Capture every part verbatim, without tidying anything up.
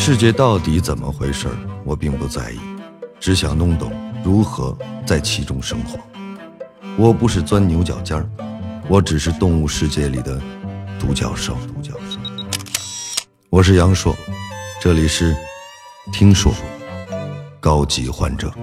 世界到底怎么回事，我并不在意，只想弄懂如何在其中生活。我不是钻牛角尖儿，我只是动物世界里的独角兽。独角兽。我是杨硕，这里是听说高级患者。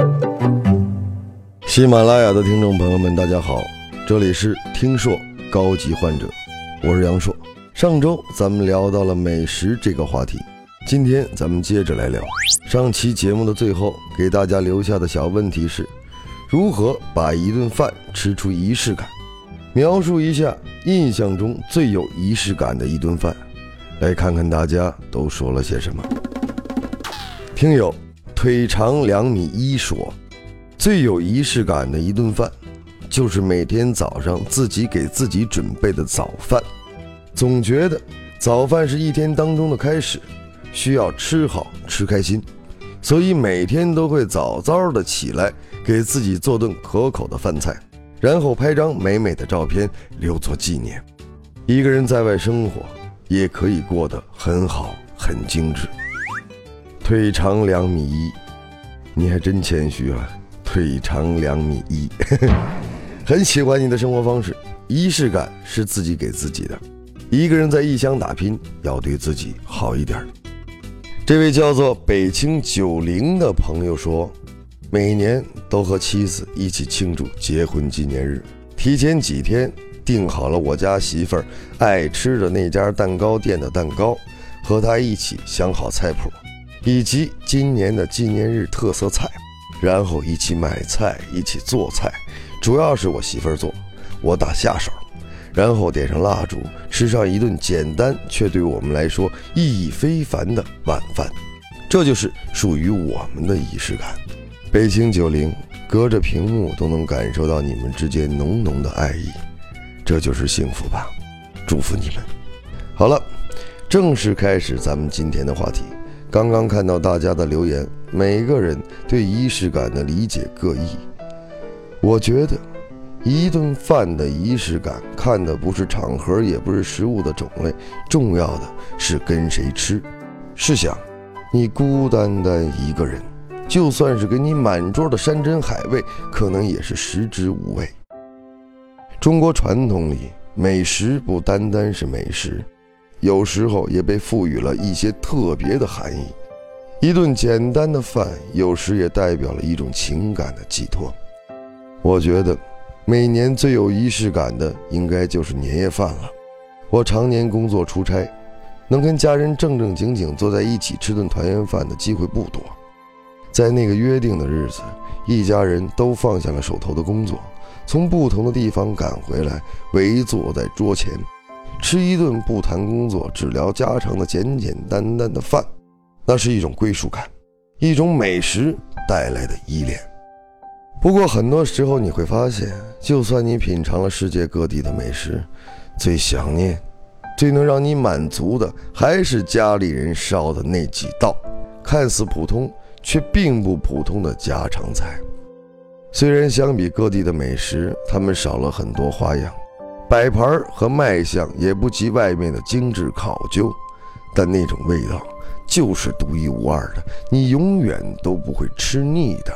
喜马拉雅的听众朋友们，大家好，这里是听说高级患者，我是杨硕。上周咱们聊到了美食这个话题，今天咱们接着来聊。上期节目的最后给大家留下的小问题是，如何把一顿饭吃出仪式感？描述一下印象中最有仪式感的一顿饭，来看看大家都说了些什么。听友腿长两米一说，最有仪式感的一顿饭就是每天早上自己给自己准备的早饭。总觉得早饭是一天当中的开始，需要吃好吃开心，所以每天都会早早的起来给自己做顿可口的饭菜，然后拍张美美的照片留作纪念。一个人在外生活也可以过得很好很精致。腿长两米一，你还真谦虚了，腿长两米一很喜欢你的生活方式，仪式感是自己给自己的。一个人在异乡打拼，要对自己好一点。这位叫做北清九零的朋友说，每年都和妻子一起庆祝结婚纪念日，提前几天订好了我家媳妇儿爱吃的那家蛋糕店的蛋糕，和她一起想好菜谱以及今年的纪念日特色菜，然后一起买菜一起做菜，主要是我媳妇儿做，我打下手，然后点上蜡烛，吃上一顿简单却对我们来说意义非凡的晚饭。这就是属于我们的仪式感。北京九零，隔着屏幕都能感受到你们之间浓浓的爱意，这就是幸福吧，祝福你们。好了，正式开始咱们今天的话题。刚刚看到大家的留言，每个人对仪式感的理解各异。我觉得一顿饭的仪式感，看的不是场合，也不是食物的种类，重要的是跟谁吃。试想，你孤单单一个人，就算是给你满桌的山珍海味，可能也是食之无味。中国传统里，美食不单单是美食，有时候也被赋予了一些特别的含义。一顿简单的饭，有时也代表了一种情感的寄托。我觉得每年最有仪式感的应该就是年夜饭了。我常年工作出差，能跟家人正正经经坐在一起吃顿团圆饭的机会不多。在那个约定的日子，一家人都放下了手头的工作，从不同的地方赶回来，围坐在桌前，吃一顿不谈工作只聊家常的简简单单的饭，那是一种归属感，一种美食带来的依恋。不过很多时候你会发现，就算你品尝了世界各地的美食，最想念最能让你满足的还是家里人烧的那几道看似普通却并不普通的家常菜。虽然相比各地的美食，他们少了很多花样，摆盘和卖相也不及外面的精致考究，但那种味道就是独一无二的，你永远都不会吃腻的。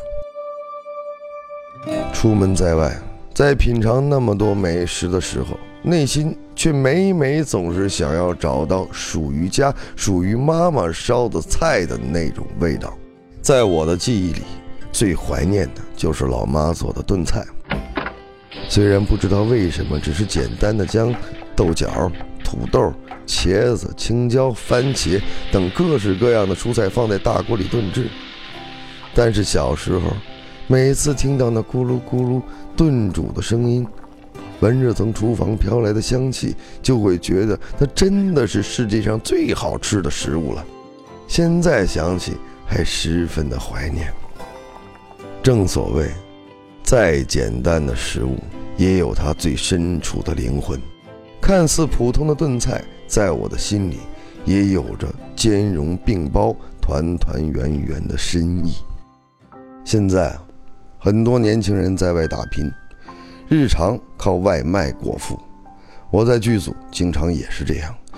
出门在外，在品尝那么多美食的时候，内心却每每总是想要找到属于家属于妈妈烧的菜的那种味道。在我的记忆里，最怀念的就是老妈做的炖菜。虽然不知道为什么，只是简单的将豆角、土豆、茄子、青椒、番茄等各式各样的蔬菜放在大锅里炖制，但是小时候每次听到那咕噜咕噜炖煮的声音，闻着从厨房飘来的香气，就会觉得它真的是世界上最好吃的食物了。现在想起还十分的怀念。正所谓，再简单的食物也有它最深处的灵魂。看似普通的炖菜，在我的心里也有着兼容并包、团团圆圆的深意。现在很多年轻人在外打拼，日常靠外卖果腹。我在剧组经常也是这样，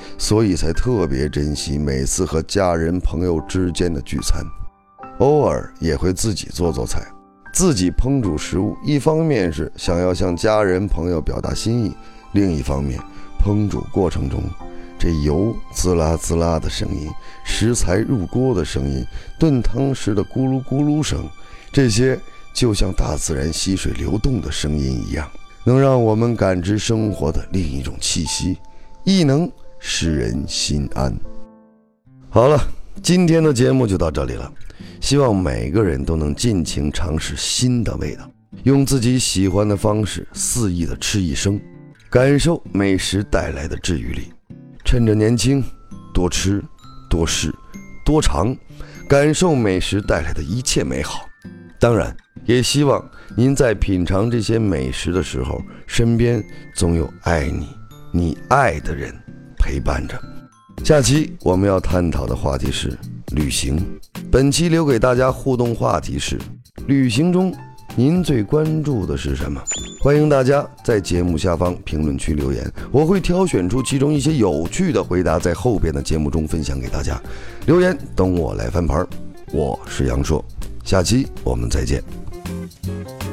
所以才特别珍惜每次和家人朋友之间的聚餐。偶尔也会自己做做菜，自己烹煮食物，一方面是想要向家人朋友表达心意，另一方面烹煮过程中这油滋啦滋啦的声音，食材入锅的声音，炖汤时的咕噜咕噜声，这些就像大自然溪水流动的声音一样，能让我们感知生活的另一种气息，亦能使人心安。好了，今天的节目就到这里了，希望每个人都能尽情尝试新的味道，用自己喜欢的方式肆意的吃一生，感受美食带来的治愈力。趁着年轻，多吃多试多尝，感受美食带来的一切美好。当然也希望您在品尝这些美食的时候，身边总有爱你你爱的人陪伴着。下期我们要探讨的话题是旅行，本期留给大家互动话题是：旅行中您最关注的是什么？欢迎大家在节目下方评论区留言，我会挑选出其中一些有趣的回答，在后边的节目中分享给大家。留言等我来翻盘。我是杨硕，下期我们再见。